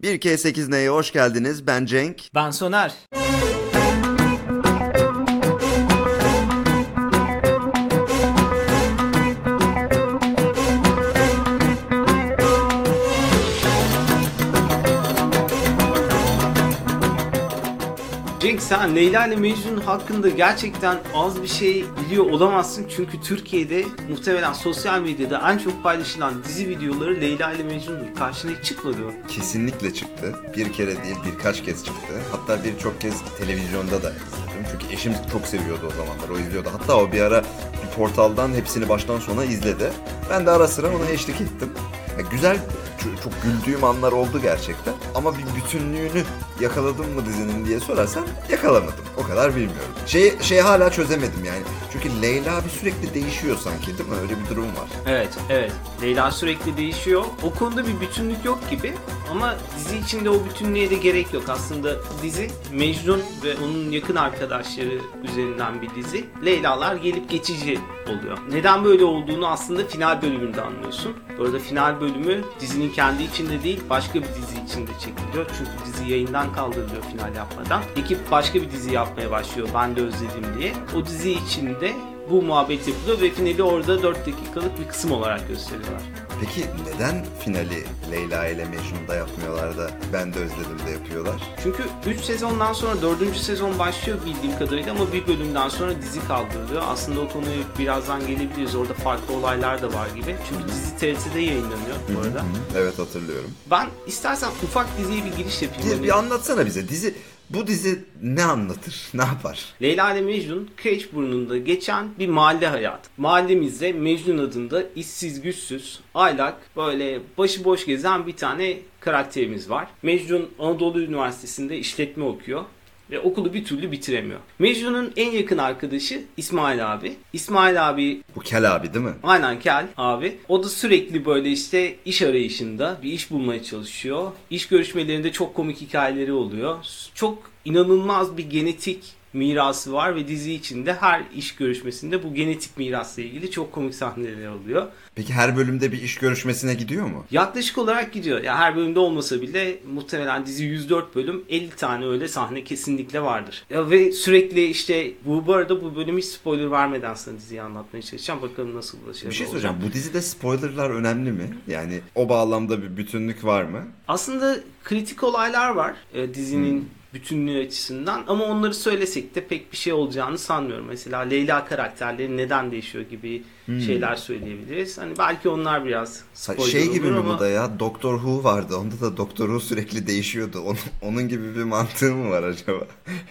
1K8 Neye hoş geldiniz. Ben Cenk. Ben Soner. Cenk, sen Leyla ile Mecnun hakkında gerçekten az bir şey biliyor olamazsın. Çünkü Türkiye'de muhtemelen sosyal medyada en çok paylaşılan dizi videoları Leyla ile Mecnun'un. Karşına hiç çıkmadı o. Kesinlikle çıktı. Bir kere değil birkaç kez çıktı. Hatta birçok kez televizyonda da izledim. Çünkü eşim çok seviyordu o zamanlar. O izliyordu. Hatta o bir ara bir portaldan hepsini baştan sona izledi. Ben de ara sıra ona eşlik ettim. Güzel, çok güldüğüm anlar oldu gerçekten. Ama bir bütünlüğünü yakaladım mı dizinin diye sorarsan yakalamadım. O kadar bilmiyorum. Şey hala çözemedim yani. Çünkü Leyla bir sürekli değişiyor sanki, değil mi? Öyle bir durum var. Evet. Leyla sürekli değişiyor. O konuda bir bütünlük yok gibi. Ama dizi içinde o bütünlüğe de gerek yok. Aslında dizi Mecnun ve onun yakın arkadaşları üzerinden bir dizi. Leylalar gelip geçici oluyor. Neden böyle olduğunu aslında final bölümünde anlıyorsun. Bu arada final bölümü dizinin kendi içinde değil, başka bir dizi içinde çekiliyor. Çünkü dizi yayından kaldırılıyor final yapmadan. Ekip başka bir dizi yapmaya başlıyor, ben de özledim diye. O dizi içinde bu muhabbet yapılıyor ve finali orada 4 dakikalık bir kısım olarak gösteriyorlar. Peki neden finali Leyla ile Mecnun'da yapmıyorlar da Ben de Özledim de yapıyorlar? Çünkü 3 sezondan sonra 4. sezon başlıyor bildiğim kadarıyla ama bir bölümden sonra dizi kaldırılıyor. Aslında o konuya birazdan gelebiliriz. Orada farklı olaylar da var gibi. Çünkü dizi TRT'de yayınlanıyor bu arada. Evet, hatırlıyorum. Ben istersen ufak diziye bir giriş yapayım. Bir anlatsana bize. Bu dizi ne anlatır? Ne yapar? Leyla ile Mecnun, Kireçburnu'nda geçen bir mahalle hayatı. Mahallemizde Mecnun adında işsiz güçsüz, aylak, böyle başıboş gezen bir tane karakterimiz var. Mecnun Anadolu Üniversitesi'nde işletme okuyor ve okulu bir türlü bitiremiyor. Mecnun'un en yakın arkadaşı İsmail abi. İsmail abi... Bu Kel abi değil mi? Aynen, Kel abi. O da sürekli böyle işte iş arayışında bir iş bulmaya çalışıyor. İş görüşmelerinde çok komik hikayeleri oluyor. Çok inanılmaz bir genetik mirası var ve dizi içinde her iş görüşmesinde bu genetik mirasla ilgili çok komik sahneler oluyor. Peki her bölümde bir iş görüşmesine gidiyor mu? Yaklaşık olarak gidiyor. Ya her bölümde olmasa bile muhtemelen dizi 104 bölüm, 50 tane öyle sahne kesinlikle vardır. Ya ve sürekli işte bu arada bu bölüm hiç spoiler vermeden sana diziyi anlatmaya çalışacağım. Bakalım nasıl ulaşacağım. Bir şey soracağım. Bu dizide spoilerlar önemli mi? Yani o bağlamda bir bütünlük var mı? Aslında kritik olaylar var dizinin bütünlüğü açısından ama onları söylesek de pek bir şey olacağını sanmıyorum. Mesela Leyla karakterleri neden değişiyor gibi şeyler söyleyebiliriz. Hani belki onlar biraz spoiler şey gibi mi ama... bu da ya? Doctor Who vardı. Onda da Doctor Who sürekli değişiyordu. Onun gibi bir mantığı mı var acaba?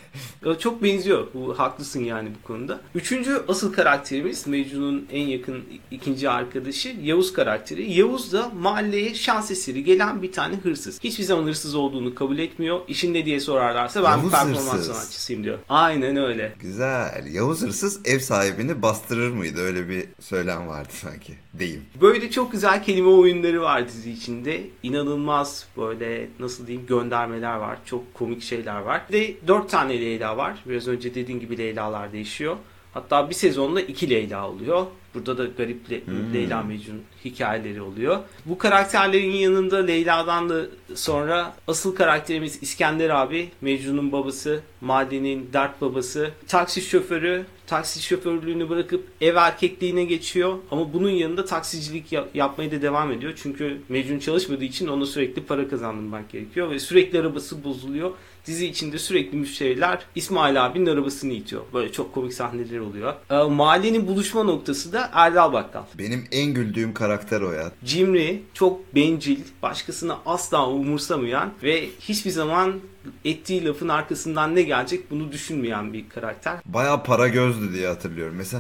Çok benziyor. Haklısın yani bu konuda. Üçüncü asıl karakterimiz Mecnun'un en yakın ikinci arkadaşı Yavuz karakteri. Yavuz da mahalleye şans eseri gelen bir tane hırsız. Hiçbir zaman hırsız olduğunu kabul etmiyor. İşin ne diye sorarlarsa ben Yavuz bir performans hırsız. sanatçısıyım diyor. Aynen öyle. Güzel. Yavuz hırsız ev sahibini bastırır mıydı? Öyle bir söylem vardı sanki. Deyim. Böyle çok güzel kelime oyunları var dizi içinde. İnanılmaz böyle nasıl diyeyim göndermeler var. Çok komik şeyler var. Ve 4 tane Leyla var. Biraz önce dediğin gibi Leylalar değişiyor. Hatta bir sezonda 2 Leyla oluyor. Burada da garip Leyla Mecnun hikayeleri oluyor. Bu karakterlerin yanında Leyla'dan da sonra asıl karakterimiz İskender abi, Mecnun'un babası, mahallenin dert babası, taksi şoförü. Taksi şoförlüğünü bırakıp ev erkekliğine geçiyor. Ama bunun yanında taksicilik yapmaya da devam ediyor. Çünkü Mecnun çalışmadığı için ona sürekli para kazandırmak gerekiyor. Ve sürekli arabası bozuluyor. Dizi içinde sürekli müşteriler İsmail abinin arabasını itiyor. Böyle çok komik sahneler oluyor. Mahallenin buluşma noktası da Erdal Bakkal. Benim en güldüğüm karakter o ya. Cimri, çok bencil, başkasını asla umursamayan ve hiçbir zaman ettiği lafın arkasından ne gelecek bunu düşünmeyen bir karakter. Bayağı para gözdü diye hatırlıyorum. Mesela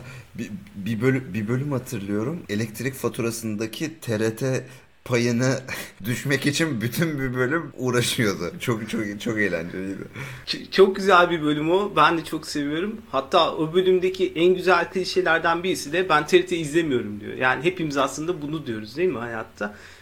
bir bölüm hatırlıyorum. Elektrik faturasındaki TRT payını düşmek için bütün bir bölüm uğraşıyordu. Çok eğlenceliydi. Çok güzel bir bölüm o. Ben de çok seviyorum. Hatta o bölümdeki en güzel klişelerden birisi de ben TRT izlemiyorum diyor. Yani hepimiz aslında bunu diyoruz değil mi hayatta?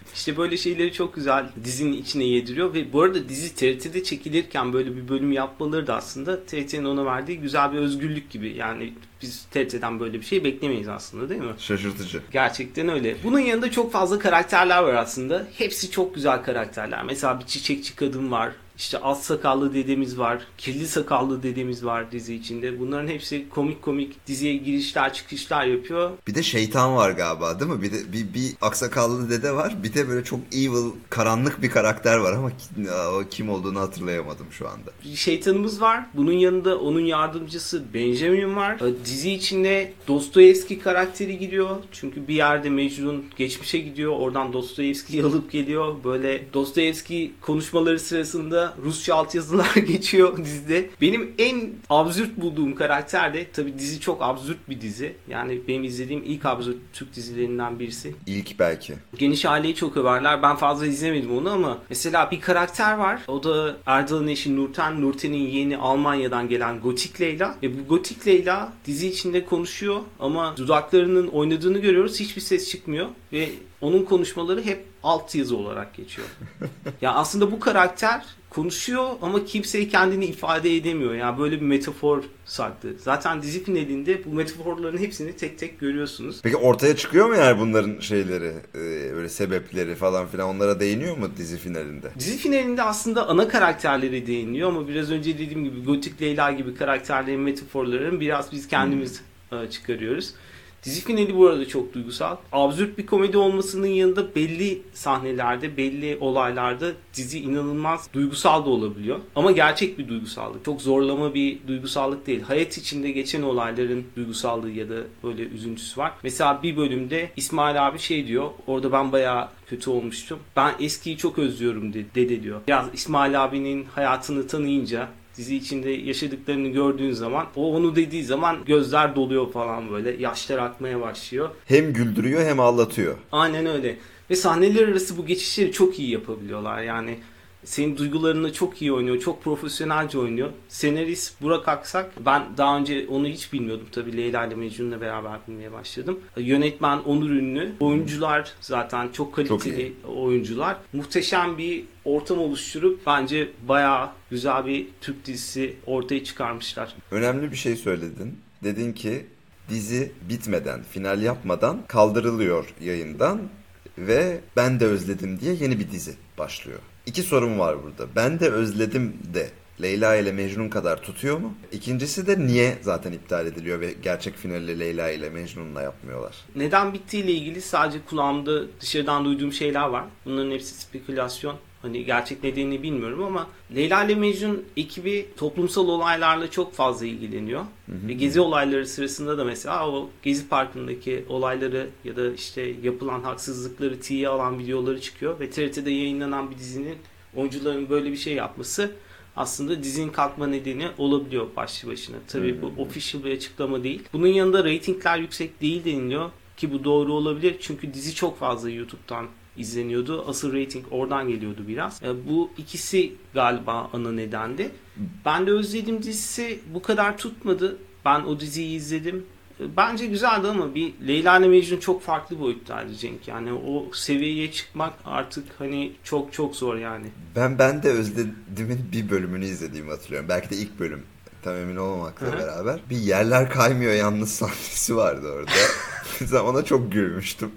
İşte böyle şeyleri çok güzel dizinin içine yediriyor ve bu arada dizi TRT'de çekilirken böyle bir bölüm yapmaları da aslında TRT'nin ona verdiği güzel bir özgürlük gibi. Yani biz TRT'den böyle bir şey beklemeyiz aslında, değil mi? Şaşırtıcı. Gerçekten öyle. Bunun yanında çok fazla karakterler var aslında. Hepsi çok güzel karakterler. Mesela bir çiçekçi kadın var. İşte az sakallı dedemiz var. Kirli sakallı dedemiz var dizi içinde. Bunların hepsi komik komik diziye girişler çıkışlar yapıyor. Bir de şeytan var galiba, değil mi? Bir de bir aksakallı dede var. Bir de böyle çok evil, karanlık bir karakter var ama o kim olduğunu hatırlayamadım şu anda. Bir şeytanımız var. Bunun yanında onun yardımcısı Benjamin var. Dizi içinde Dostoyevski karakteri giriyor. Çünkü bir yerde Mecnun geçmişe gidiyor. Oradan Dostoyevski'yi alıp geliyor. Böyle Dostoyevski konuşmaları sırasında Rusça altyazılar geçiyor dizide. Benim en absürt bulduğum karakter de, tabii dizi çok absürt bir dizi. Yani benim izlediğim ilk absürt Türk dizilerinden birisi. İlk belki. Geniş Aile'yi çok överler. Ben fazla izlemedim onu ama mesela bir karakter var. O da Erdal'ın eşi Nurten. Nurten'in yeğeni Almanya'dan gelen Gotik Leyla. Ve bu Gotik Leyla dizi içinde konuşuyor ama dudaklarının oynadığını görüyoruz. Hiçbir ses çıkmıyor ve onun konuşmaları hep alt yazı olarak geçiyor. Ya aslında bu karakter konuşuyor ama kimseye kendini ifade edemiyor. Yani böyle bir metafor saklı. Zaten dizi finalinde bu metaforların hepsini tek tek görüyorsunuz. Peki ortaya çıkıyor mu yani bunların şeyleri, böyle sebepleri falan filan, onlara değiniyor mu dizi finalinde? Dizi finalinde aslında ana karakterlere değiniyor ama biraz önce dediğim gibi Gotik Leyla gibi karakterlerin metaforlarını biraz biz kendimiz çıkarıyoruz. Dizi finali bu arada çok duygusal. Absürt bir komedi olmasının yanında belli sahnelerde, belli olaylarda dizi inanılmaz duygusal da olabiliyor. Ama gerçek bir duygusallık. Çok zorlama bir duygusallık değil. Hayat içinde geçen olayların duygusallığı ya da böyle üzüntüsü var. Mesela bir bölümde İsmail abi şey diyor. Orada ben bayağı kötü olmuştum. Ben eskiyi çok özlüyorum dede diyor. Biraz İsmail abinin hayatını tanıyınca, dizi içinde yaşadıklarını gördüğün zaman, o onu dediği zaman gözler doluyor falan böyle. Yaşlar akmaya başlıyor. Hem güldürüyor hem ağlatıyor. Aynen öyle. Ve sahneler arası bu geçişleri çok iyi yapabiliyorlar. Yani senin duygularını çok iyi oynuyor. Çok profesyonelce oynuyor. Senarist Burak Aksak. Ben daha önce onu hiç bilmiyordum. Tabii Leyla ile Mecnun'la beraber bilmeye başladım. Yönetmen Onur Ünlü. Oyuncular zaten çok kaliteli oyuncular. Muhteşem bir ortam oluşturup bence bayağı güzel bir Türk dizisi ortaya çıkarmışlar. Önemli bir şey söyledin. Dedin ki dizi bitmeden, final yapmadan kaldırılıyor yayından ve Ben de Özledim diye yeni bir dizi başlıyor. İki sorum var burada. Ben de Özledim de Leyla ile Mecnun kadar tutuyor mu? İkincisi de niye zaten iptal ediliyor ve gerçek finali Leyla ile Mecnun'la yapmıyorlar? Neden bittiğiyle ilgili sadece kulağımda dışarıdan duyduğum şeyler var. Bunların hepsi spekülasyon. Hani gerçek nedenini bilmiyorum ama Leyla ile Mecnun ekibi toplumsal olaylarla çok fazla ilgileniyor. Ve gezi olayları sırasında da mesela o Gezi Parkı'ndaki olayları ya da işte yapılan haksızlıkları tiye alan videoları çıkıyor. Ve TRT'de yayınlanan bir dizinin oyuncuların böyle bir şey yapması aslında dizinin kalkma nedeni olabiliyor başlı başına. Tabii bu official bir açıklama değil. Bunun yanında reytingler yüksek değil deniliyor ki bu doğru olabilir. Çünkü dizi çok fazla YouTube'dan izleniyordu. Asıl rating oradan geliyordu biraz. Bu ikisi galiba ana nedendi. Ben de Özledim dizisi bu kadar tutmadı. Ben o diziyi izledim. Bence güzeldi ama bir Leyla ile Mecnun çok farklı boyuttaydı Cenk. Yani o seviyeye çıkmak artık hani çok çok zor yani. Ben de Özledim'in bir bölümünü izlediğimi hatırlıyorum. Belki de ilk bölüm. Tam emin olmamakla beraber. Bir yerler kaymıyor yalnız sahnesi vardı orada. Mesela ona çok gülmüştüm.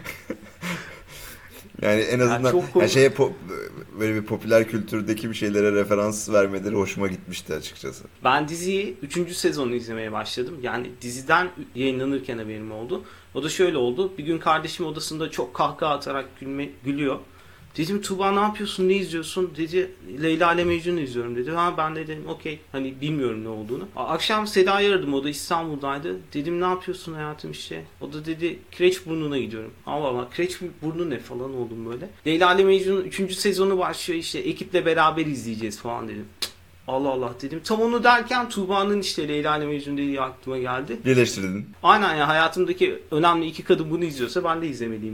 Yani en azından böyle bir popüler kültürdeki bir şeylere referans vermeleri hoşuma gitmişti açıkçası. Ben diziyi 3. sezonu izlemeye başladım. Yani diziden yayınlanırken haberim oldu. O da şöyle oldu. Bir gün kardeşim odasında çok kahkaha atarak gülüyor. Dedim Tuğba ne yapıyorsun, ne izliyorsun? Dedi Leyla ile Mecnun'u izliyorum dedi. Ha ben de dedim okey. Hani bilmiyorum ne olduğunu. Akşam Seda'yı aradım, o da İstanbul'daydı. Dedim ne yapıyorsun hayatım işte. O da dedi Kireçburnu'na gidiyorum. Allah Allah Kireçburnu ne falan oldum böyle. Leyla ile Mecnun'un 3. sezonu başlıyor işte ekiple beraber izleyeceğiz falan dedim. Allah Allah dedim. Tam onu derken Tuğba'nın işte Leyla ile Mecnun dediği aklıma geldi. Birleştirdin. Aynen ya, hayatımdaki önemli iki kadın bunu izliyorsa ben de izlemeliyim dedim.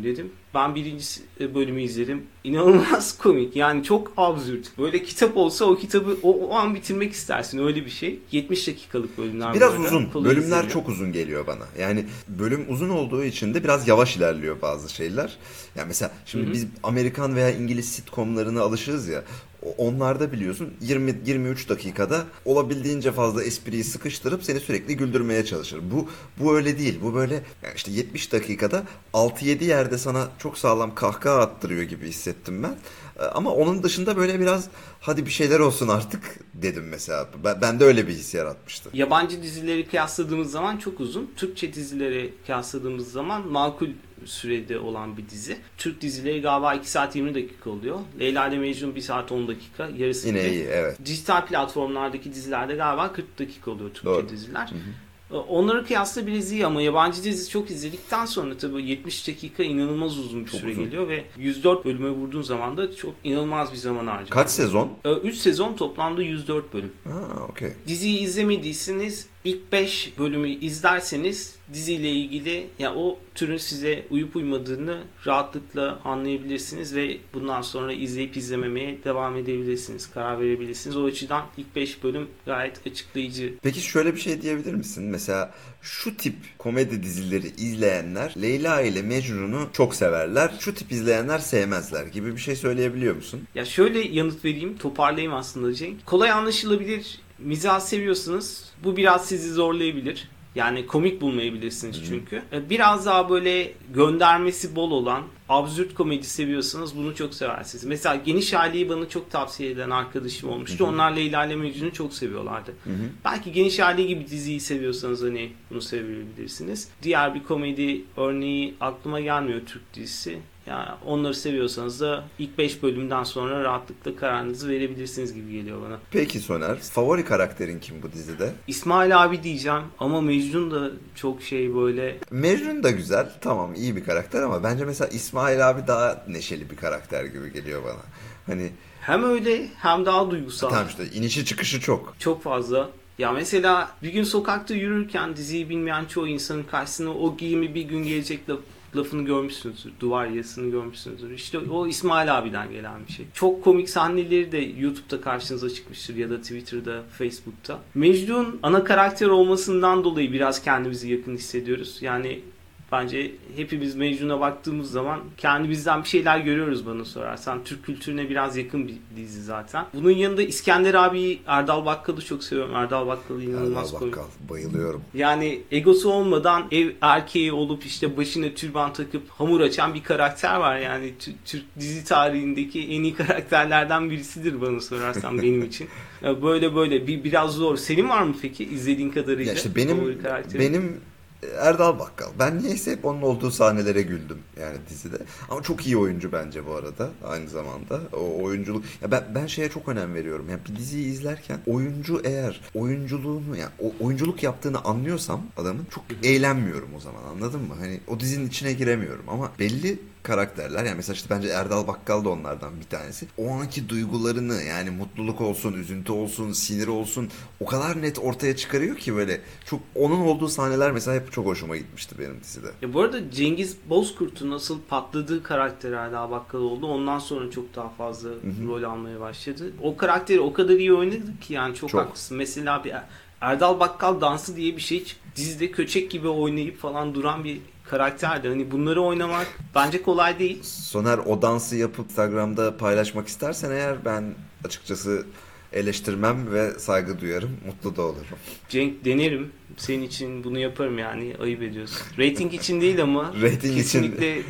Ben birinci bölümü izledim. İnanılmaz komik. Yani çok absürt. Böyle kitap olsa o kitabı o an bitirmek istersin. Öyle bir şey. 70 dakikalık bölümler. Biraz uzun. Kolay Bölümler izleniyor. çok uzun geliyor bana. Yani bölüm uzun olduğu için de biraz yavaş ilerliyor bazı şeyler. Yani mesela şimdi biz Amerikan veya İngiliz sitcomlarına alışığız ya. Onlarda biliyorsun 20-23 dakikada olabildiğince fazla espriyi sıkıştırıp seni sürekli güldürmeye çalışır. Bu öyle değil. Bu böyle yani işte 70 dakikada 6-7 yerde sana çok sağlam kahkaha attırıyor gibi hissettim ben. Ama onun dışında böyle biraz hadi bir şeyler olsun artık dedim mesela. Ben de öyle bir his yaratmıştı. Yabancı dizileri kıyasladığımız zaman çok uzun. Türkçe dizileri kıyasladığımız zaman makul sürede olan bir dizi. Türk dizileri galiba 2 saat 20 dakika oluyor. Leyla ile Mecnun 1 saat 10 dakika. Yarısı Yine bile. iyi, evet. Dijital platformlardaki dizilerde galiba 40 dakika oluyor Türkçe Doğru. diziler. Onları kıyasla biraz iyi ama yabancı dizi çok izledikten sonra tabii 70 dakika inanılmaz uzun bir süre geliyor ve 104 bölüme vurduğun zaman da çok inanılmaz bir zaman harcıyor. Kaç sezon? 3 sezon, toplamda 104 bölüm. Ha, okey. Diziyi izlemediyseniz ilk 5 bölümü izlerseniz diziyle ilgili ya o türün size uyup uymadığını rahatlıkla anlayabilirsiniz ve bundan sonra izleyip izlememeye devam edebilirsiniz. Karar verebilirsiniz. O açıdan ilk 5 bölüm gayet açıklayıcı. Peki şöyle bir şey diyebilir misin? Mesela şu tip komedi dizileri izleyenler Leyla ile Mecnun'u çok severler. Şu tip izleyenler sevmezler gibi bir şey söyleyebiliyor musun? Ya şöyle yanıt vereyim, toparlayayım aslında Cenk. Kolay anlaşılabilir, mizah seviyorsunuz. Bu biraz sizi zorlayabilir. Yani komik bulmayabilirsiniz çünkü. Biraz daha böyle göndermesi bol olan absürt komedi seviyorsanız bunu çok seversiniz. Mesela Geniş Aile'yi bana çok tavsiye eden arkadaşım olmuştu. Onlar Leyla ile Mecnun'u çok seviyorlardı. Belki Geniş Aile gibi diziyi seviyorsanız hani bunu sevebilirsiniz. Diğer bir komedi örneği aklıma gelmiyor Türk dizisi. Yani onları seviyorsanız da ilk 5 bölümden sonra rahatlıkla kararınızı verebilirsiniz gibi geliyor bana. Peki Soner, favori karakterin kim bu dizide? İsmail abi diyeceğim ama Mecnun da çok şey böyle. Mecnun da güzel, tamam iyi bir karakter ama bence mesela İsmail abi daha neşeli bir karakter gibi geliyor bana. Hani Hem öyle hem daha duygusal. tamam işte inişi çıkışı çok. Çok fazla. Ya mesela bir gün sokakta yürürken diziyi bilmeyen çoğu insanın karşısına o giyimi bir gün gelecek lafını görmüşsünüzdür. Duvar yazısını görmüşsünüzdür. İşte o İsmail abiden gelen bir şey. Çok komik sahneleri de YouTube'da karşınıza çıkmıştır ya da Twitter'da, Facebook'ta. Mecnun ana karakter olmasından dolayı biraz kendimizi yakın hissediyoruz. Yani bence hepimiz Mecnun'a baktığımız zaman kendimizden bir şeyler görüyoruz bana sorarsan. Türk kültürüne biraz yakın bir dizi zaten. Bunun yanında İskender abi, Erdal Bakkal'ı çok seviyorum. Erdal Bakkal'ı inanılmaz Erdal komik. Bakkal, bayılıyorum. Yani egosu olmadan ev erkeği olup işte başına türban takıp hamur açan bir karakter var. Yani Türk dizi tarihindeki en iyi karakterlerden birisidir bana sorarsan benim için. Ya böyle biraz zor. Senin var mı peki izlediğin kadarıyla? Ya işte favori karakterin? benim Erdal Bakkal. Ben niyeyse hep onun olduğu sahnelere güldüm yani dizide. Ama çok iyi oyuncu bence bu arada aynı zamanda. O oyunculuk. Ya ben şeye çok önem veriyorum. Yani bir diziyi izlerken oyuncu eğer oyunculuğunu yani o oyunculuk yaptığını anlıyorsam adamın çok eğlenmiyorum o zaman. Anladın mı? Hani o dizinin içine giremiyorum ama belli karakterler yani mesela işte bence Erdal Bakkal da onlardan bir tanesi. O anki duygularını yani mutluluk olsun, üzüntü olsun, sinir olsun o kadar net ortaya çıkarıyor ki böyle çok onun olduğu sahneler mesela hep çok hoşuma gitmişti benim dizide. Ya bu arada Cengiz Bozkurt'un nasıl patladığı karakter Erdal Bakkal oldu. Ondan sonra çok daha fazla rol almaya başladı. O karakteri o kadar iyi oynadı ki yani çok haklısın. Mesela bir Erdal Bakkal dansı diye bir şey çıktı. Dizide köçek gibi oynayıp falan duran bir karakterdi. Hani bunları oynamak bence kolay değil. Soner o dansı yapıp Instagram'da paylaşmak istersen eğer ben açıkçası eleştirmem ve saygı duyarım. Mutlu da olurum. Cenk denerim. Senin için bunu yaparım yani. Ayıp ediyorsun. Rating için değil ama Rating kesinlikle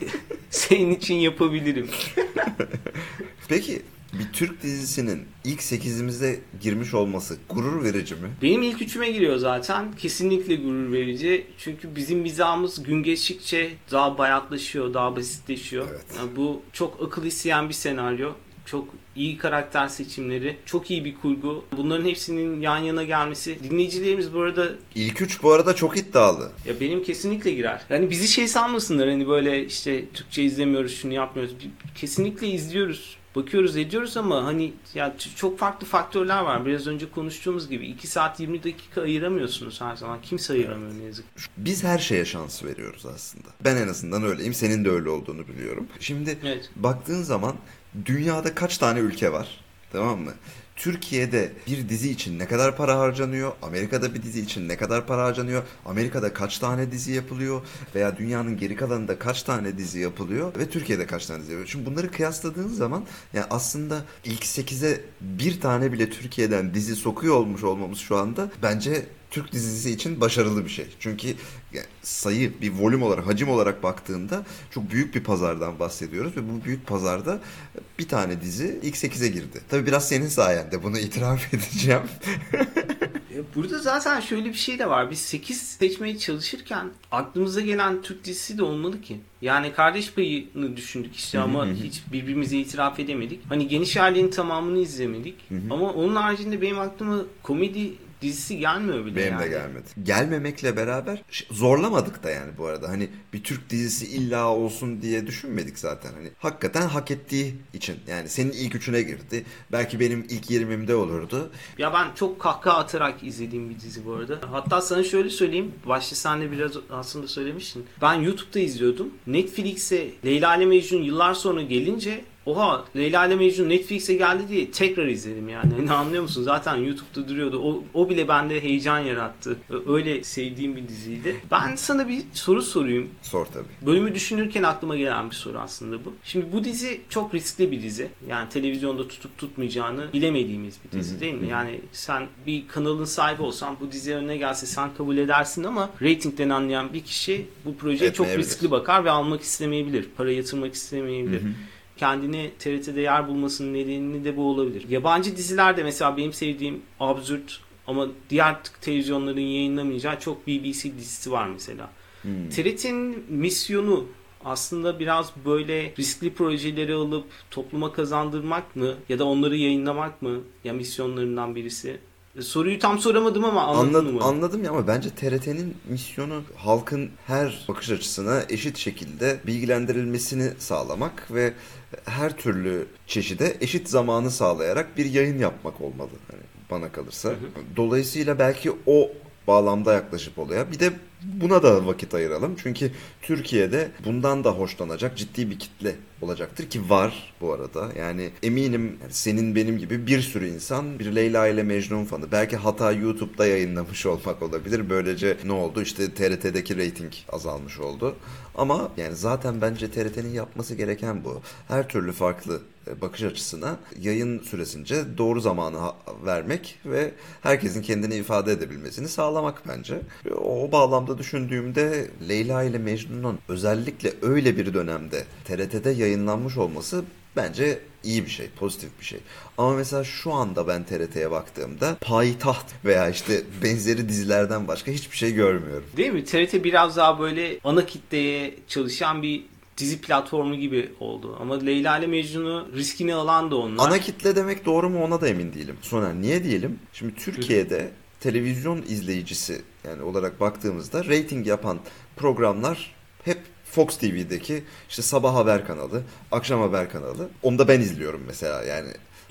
senin için yapabilirim. Peki bir Türk dizisinin ilk 8'imize girmiş olması gurur verici mi? Benim ilk üçüme giriyor zaten. Kesinlikle gurur verici. Çünkü bizim mizahımız gün geçtikçe daha bayatlaşıyor, daha basitleşiyor. Evet. Yani bu çok akıl isteyen bir senaryo. Çok iyi karakter seçimleri, çok iyi bir kurgu. Bunların hepsinin yan yana gelmesi. Dinleyicilerimiz bu arada İlk 3 bu arada çok iddialı. ya benim kesinlikle girer. Yani bizi şey sanmasınlar hani böyle işte Türkçe izlemiyoruz, şunu yapmıyoruz. Kesinlikle izliyoruz. bakıyoruz ediyoruz ama hani ya çok farklı faktörler var. Biraz önce konuştuğumuz gibi 2 saat 20 dakika ayıramıyorsunuz her zaman. Kimse ayıramıyor ne yazık. Biz her şeye şans veriyoruz aslında. Ben en azından öyleyim. Senin de öyle olduğunu biliyorum. Şimdi Evet. baktığın zaman dünyada kaç tane ülke var? Tamam mı? Türkiye'de bir dizi için ne kadar para harcanıyor? Amerika'da bir dizi için ne kadar para harcanıyor? Amerika'da kaç tane dizi yapılıyor? Veya dünyanın geri kalanında kaç tane dizi yapılıyor? Ve Türkiye'de kaç tane dizi yapılıyor? Şimdi bunları kıyasladığın zaman yani aslında ilk 8'e bir tane bile Türkiye'den dizi sokuyor olmamız şu anda bence Türk dizisi için başarılı bir şey. Çünkü sayı, bir volüm olarak, hacim olarak baktığında çok büyük bir pazardan bahsediyoruz ve bu büyük pazarda bir tane dizi ilk 8'e girdi. Tabii biraz senin sayende, bunu itiraf edeceğim. Burada zaten şöyle bir şey de var. Biz 8 seçmeye çalışırken aklımıza gelen Türk dizisi de olmalı ki. Yani Kardeş Payı'nı düşündük işte ama hiç birbirimize itiraf edemedik. Hani Geniş Aile'nin tamamını izlemedik. Ama onun haricinde benim aklıma komedi dizisi gelmiyor bile Benim yani. de gelmedi. Gelmemekle beraber zorlamadık da yani bu arada. Hani bir Türk dizisi illa olsun diye düşünmedik zaten. Hani hakikaten hak ettiği için. Yani senin ilk üçüne girdi. Belki benim ilk 20'imde olurdu. Ya ben çok kahkaha atarak izlediğim bir dizi bu arada. Hatta sana şöyle söyleyeyim. Başta sen de biraz aslında söylemiştin. Ben YouTube'da izliyordum. Netflix'e Leyla ile Mecnun yıllar sonra gelince oha Leyla ile Mecnun Netflix'e geldi diye tekrar izledim yani. Hani anlıyor musun? Zaten YouTube'da duruyordu. O bile bende heyecan yarattı. Öyle sevdiğim bir diziydi. Ben sana bir soru sorayım. Sor tabii. Bölümü düşünürken aklıma gelen bir soru aslında bu. Şimdi bu dizi çok riskli bir dizi. Yani televizyonda tutup tutmayacağını bilemediğimiz bir dizi değil mi? Yani sen bir kanalın sahibi olsan bu dizi önüne gelse sen kabul edersin ama reytingden anlayan bir kişi bu projeye çok riskli bakar ve almak istemeyebilir. Para yatırmak istemeyebilir. Kendine TRT'de yer bulmasının nedeni de bu olabilir. Yabancı dizilerde mesela benim sevdiğim absürt ama diğer televizyonların yayınlamayacağı çok BBC dizisi var mesela. TRT'nin misyonu aslında biraz böyle riskli projeleri alıp topluma kazandırmak mı ya da onları yayınlamak mı ya misyonlarından birisi? Soruyu tam soramadım ama anladın mı? Anladım ya ama bence TRT'nin misyonu halkın her bakış açısına eşit şekilde bilgilendirilmesini sağlamak ve her türlü çeşide eşit zamanı sağlayarak bir yayın yapmak olmalı hani bana kalırsa. Dolayısıyla belki o bağlamda yaklaşıp oluyor. Bir de buna da vakit ayıralım. Çünkü Türkiye'de bundan da hoşlanacak ciddi bir kitle olacaktır ki var bu arada. Yani eminim senin benim gibi bir sürü insan bir Leyla ile Mecnun fanı. Belki hata YouTube'da yayınlamış olmak olabilir. Böylece ne oldu? İşte TRT'deki reyting azalmış oldu. Ama yani zaten bence TRT'nin yapması gereken bu. Her türlü farklı bakış açısına yayın süresince doğru zamanı vermek ve herkesin kendini ifade edebilmesini sağlamak bence. O bağlamda düşündüğümde Leyla ile Mecnun'un özellikle öyle bir dönemde TRT'de yayınlanmış olması bence iyi bir şey, pozitif bir şey. Ama mesela şu anda ben TRT'ye baktığımda Payitaht veya işte benzeri dizilerden başka hiçbir şey görmüyorum. Değil mi? TRT biraz daha böyle ana kitleye çalışan bir dizi platformu gibi oldu. Ama Leyla ile Mecnun'u riskini alan da onlar. Ana kitle demek doğru mu ona da emin değilim. Soner niye diyelim? Şimdi Türkiye'de televizyon izleyicisi yani olarak baktığımızda reyting yapan programlar hep Fox TV'deki işte sabah haber kanalı, akşam haber kanalı. Onu da ben izliyorum mesela yani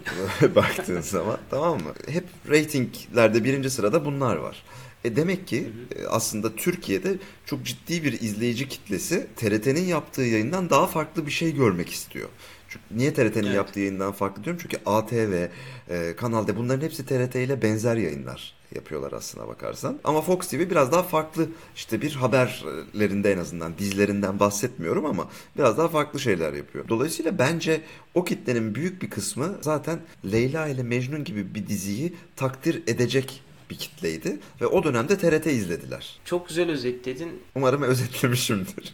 baktığın zaman tamam mı? Hep reytinglerde birinci sırada bunlar var. Demek ki aslında Türkiye'de çok ciddi bir izleyici kitlesi TRT'nin yaptığı yayından daha farklı bir şey görmek istiyor. Çünkü niye TRT'nin yaptığı yayından farklı diyorum? Çünkü ATV, Kanal D bunların hepsi TRT ile benzer yayınlar yapıyorlar aslına bakarsan. Ama Fox TV biraz daha farklı işte bir haberlerinde en azından dizilerinden bahsetmiyorum ama biraz daha farklı şeyler yapıyor. Dolayısıyla bence o kitlenin büyük bir kısmı zaten Leyla ile Mecnun gibi bir diziyi takdir edecek bir kitleydi ve o dönemde TRT izlediler. Çok güzel özetledin. Umarım özetlemişimdir.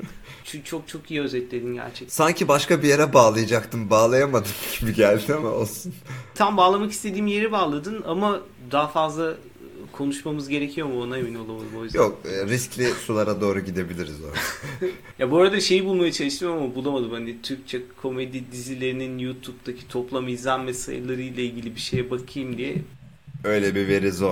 Çok iyi özetledin gerçekten. Sanki başka bir yere bağlayacaktım. Bağlayamadım gibi geldi ama olsun. Tam bağlamak istediğim yeri bağladın ama daha fazla konuşmamız gerekiyor mu ona emin olamadım o yüzden. Yok riskli sulara doğru gidebiliriz orada. Ya bu arada şeyi bulmaya çalıştım ama bulamadım. Hani Türkçe komedi dizilerinin YouTube'daki toplam izlenme sayıları ile ilgili bir şeye bakayım diye. Öyle bir veri zor.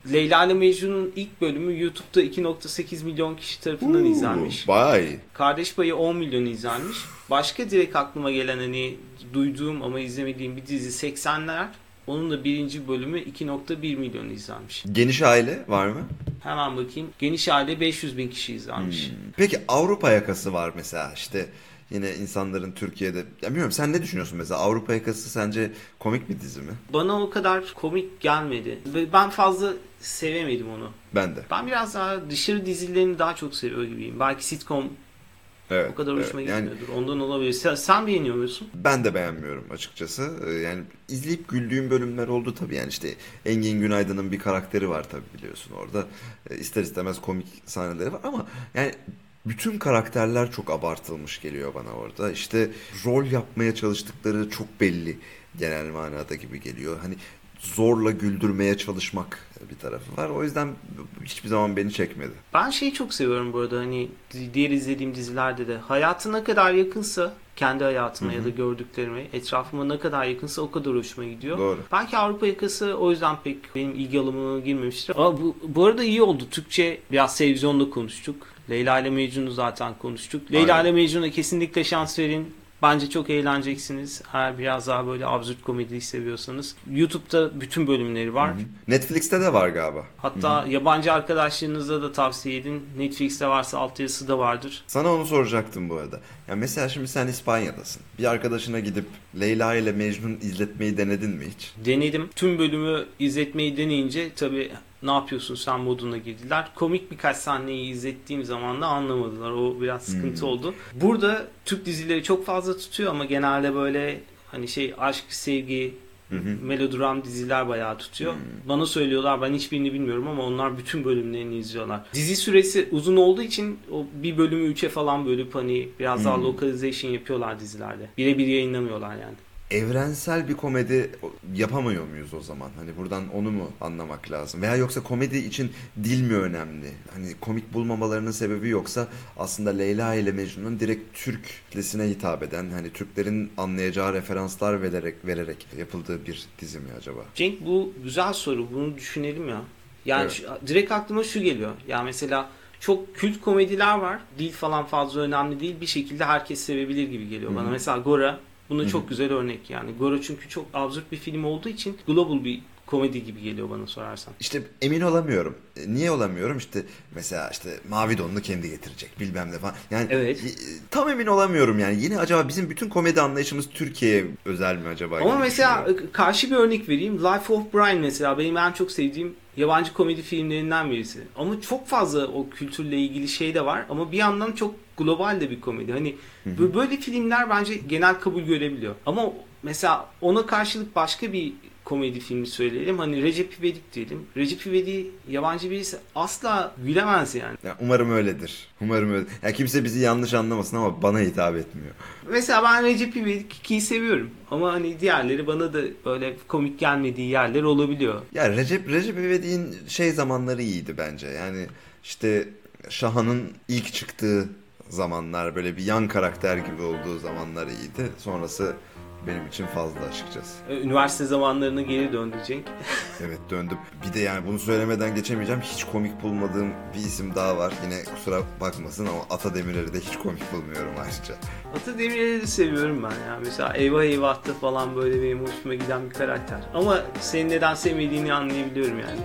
Leyla ile Mecnun'un ilk bölümü YouTube'da 2.8 milyon kişi tarafından izlenmiş. Bayağı iyi. Kardeş Payı 10 milyon izlenmiş. Başka direkt aklıma gelen hani duyduğum ama izlemediğim bir dizi 80'ler. Onun da birinci bölümü 2.1 milyon izlenmiş. Geniş Aile var mı? Hemen bakayım. Geniş Aile 500 bin kişi izlenmiş. Peki Avrupa Yakası var mesela, işte yine insanların Türkiye'de... Ya bilmiyorum, sen ne düşünüyorsun mesela? Avrupa Yakası sence komik bir dizi mi? Bana o kadar komik gelmedi. Ve ben fazla sevemedim onu. Ben de. Ben biraz daha dışarı dizilerini daha çok seviyor gibiyim. Belki sitcom Evet. o kadar hoşuma Yani gitmiyordur. Ondan olabilir. Sen beğeniyor musun? ben de beğenmiyorum açıkçası. Yani izleyip güldüğüm bölümler oldu tabii. Yani işte Engin Günaydın'ın bir karakteri var tabii, biliyorsun orada. İster istemez komik sahneleri var ama yani bütün karakterler çok abartılmış geliyor bana orada. İşte rol yapmaya çalıştıkları çok belli genel manada gibi geliyor. Hani zorla güldürmeye çalışmak bir tarafı var. O yüzden hiçbir zaman beni çekmedi. Ben şeyi çok seviyorum bu arada, hani diğer izlediğim dizilerde de hayatına kadar yakınsa, kendi hayatıma ya da gördüklerime, etrafıma ne kadar yakınsa o kadar hoşuma gidiyor. Doğru. Belki Avrupa Yakası o yüzden pek benim ilgi alanıma girmemiştir. Ama bu arada iyi oldu. Türkçe biraz televizyonda konuştuk. Leyla ile Mecnun'u zaten konuştuk. Leyla ile Mecnun'a kesinlikle şans verin. Bence çok eğleneceksiniz. Eğer biraz daha böyle absürt komediyi seviyorsanız. YouTube'da bütün bölümleri var. Netflix'te de var galiba. Hatta yabancı arkadaşlarınıza da tavsiye edin. Netflix'te varsa altyazısı da vardır. Sana onu soracaktım bu arada. Ya mesela şimdi sen İspanya'dasın. Bir arkadaşına gidip Leyla ile Mecnun izletmeyi denedin mi hiç? Denedim. Tüm bölümü izletmeyi deneyince tabii ne yapıyorsun sen moduna girdiler. Komik birkaç sahneyi izlettiğim zaman da anlamadılar. O biraz sıkıntı oldu. Burada Türk dizileri çok fazla tutuyor ama genelde böyle hani aşk, sevgi, melodram diziler bayağı tutuyor. Bana söylüyorlar, ben hiçbirini bilmiyorum ama onlar bütün bölümlerini izliyorlar. Dizi süresi uzun olduğu için o bir bölümü 3'e falan bölüp hani biraz daha localization yapıyorlar dizilerde. Birebir yayınlamıyorlar yani. Evrensel bir komedi yapamıyor muyuz o zaman? Hani buradan onu mu anlamak lazım? Veya yoksa komedi için dil mi önemli? Hani komik bulmamalarının sebebi yoksa aslında Leyla ile Mecnun'un direkt Türk kitlesine hitap eden, hani Türklerin anlayacağı referanslar vererek yapıldığı bir dizi mi acaba? Cenk, bu güzel soru. Bunu düşünelim ya. Yani Evet. direkt aklıma şu geliyor. Ya mesela çok kült komediler var. Dil falan fazla önemli değil. Bir şekilde herkes sevebilir gibi geliyor bana. Mesela Gora buna çok güzel örnek yani. Gora çünkü çok absürt bir film olduğu için global bir komedi gibi geliyor bana sorarsan. İşte emin olamıyorum. Niye olamıyorum? İşte mesela mavi donlu kendi getirecek bilmem ne falan. Yani Evet. tam emin olamıyorum yani. Yine acaba bizim bütün komedi anlayışımız Türkiye'ye özel mi acaba? Ama gibi mesela düşünüyorum. karşı bir örnek vereyim. Life of Brian mesela benim en çok sevdiğim yabancı komedi filmlerinden birisi. Ama çok fazla o kültürle ilgili şey de var ama bir yandan çok global de bir komedi. Hani böyle filmler bence genel kabul görebiliyor. Ama mesela ona karşılık başka bir komedi filmi söyleyelim. Hani Recep İvedik diyelim. Recep İvedik'i yabancı birisi asla gülemez yani. Ya umarım öyledir. Umarım öyle. Ya kimse bizi yanlış anlamasın ama bana hitap etmiyor. Mesela ben Recep İvedik 2'yi seviyorum. Ama hani diğerleri bana da böyle komik gelmediği yerler olabiliyor. Ya Recep İvedik'in zamanları iyiydi bence. Yani işte Şahan'ın ilk çıktığı zamanlar, böyle bir yan karakter gibi olduğu zamanlar iyiydi. Sonrası benim için fazla açıkçası. Üniversite zamanlarına geri döndü Cenk. Evet, döndüm. Bir de yani bunu söylemeden geçemeyeceğim. Hiç komik bulmadığım bir isim daha var. Yine kusura bakmasın ama Ata Demirer'i de hiç komik bulmuyorum ayrıca. Ata Demirer'i de seviyorum ben ya. Mesela Eyvah Eyvah'ta falan böyle benim hoşuma giden bir karakter. Ama senin neden sevmediğini anlayabiliyorum yani.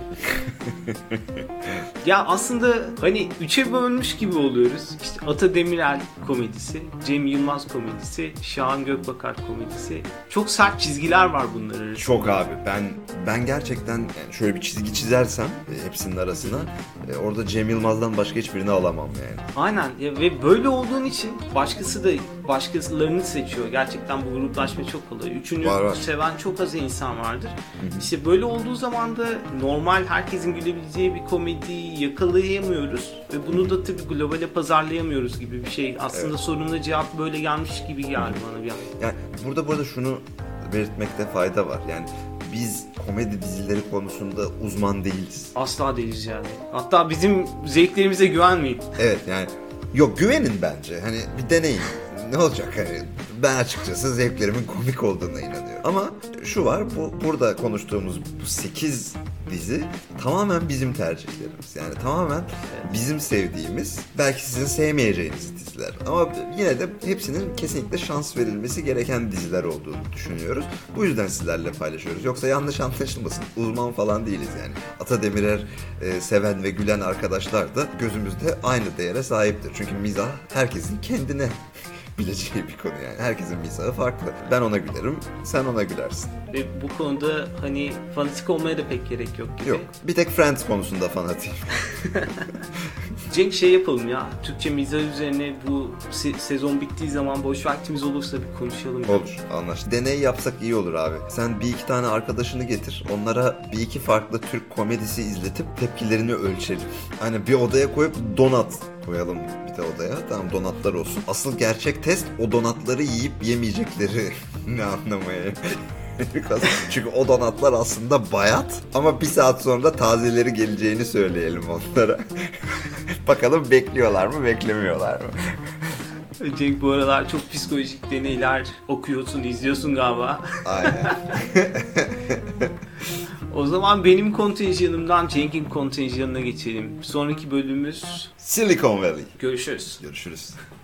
Ya aslında hani 3'e bölünmüş gibi oluyoruz. İşte Ata Demirer komedisi, Cem Yılmaz komedisi, Şahan Gökbakar komedisi. Çok sert çizgiler var bunlar arasında. Çok abi. Ben gerçekten yani şöyle bir çizgi çizersem hepsinin arasına orada Cem Yılmaz'dan başka hiçbirini alamam yani. Aynen ya, ve böyle olduğun için başkası da başkalarını seçiyor. Gerçekten bu gruplaşma çok kolay. Üçünü Var. seven çok az insan vardır. İşte böyle olduğu zaman da normal herkesin gülebileceği bir komediyi yakalayamıyoruz. Ve bunu da tabii globale pazarlayamıyoruz gibi bir şey. Aslında sorunun cevap böyle gelmiş gibi geldi bana bir an. Yani burada şunu belirtmekte fayda var. Yani biz komedi dizileri konusunda uzman değiliz. Asla değiliz yani. Hatta bizim zevklerimize güvenmeyin. Evet yani yok, güvenin bence. Hani bir deneyin. Ne olacak hani? Ben açıkçası zevklerimin komik olduğuna inanıyorum. Ama şu var, burada konuştuğumuz bu 8 dizi tamamen bizim tercihlerimiz. Yani tamamen bizim sevdiğimiz, belki sizin sevmeyeceğiniz diziler. Ama yine de hepsinin kesinlikle şans verilmesi gereken diziler olduğunu düşünüyoruz. Bu yüzden sizlerle paylaşıyoruz. Yoksa yanlış anlaşılmasın. Uzman falan değiliz yani. Ata Demirer seven ve gülen arkadaşlar da gözümüzde aynı değere sahiptir. Çünkü mizah herkesin kendine bileceği bir konu yani. Herkesin mizahı farklı. Ben ona gülerim, sen ona gülersin. Ve bu konuda hani fanatik olmaya da pek gerek yok gibi. Yok. Bir tek Friends konusunda fanatiyim. Cenk şey yapalım ya. Türkçe mizah üzerine bu sezon bittiği zaman boş vaktimiz olursa bir konuşalım. Olur, anlaştık. Deney yapsak iyi olur abi. Sen bir iki tane arkadaşını getir. Onlara bir iki farklı Türk komedisi izletip tepkilerini ölçelim. Hani bir odaya koyup donat koyalım bir de odaya. Tamam, donatlar olsun. Asıl gerçek test o donatları yiyip yemeyecekleri ne anlamaya. Çünkü o donatlar aslında bayat ama bir saat sonra tazeleri geleceğini söyleyelim onlara. Bakalım bekliyorlar mı, beklemiyorlar mı? Cenk bu aralar çok psikolojik deneyler okuyorsun, izliyorsun galiba. Aynen. O zaman benim kontenjanımdan Cenk'in kontenjanına geçelim. Sonraki bölümümüz Silicon Valley. görüşürüz. Görüşürüz.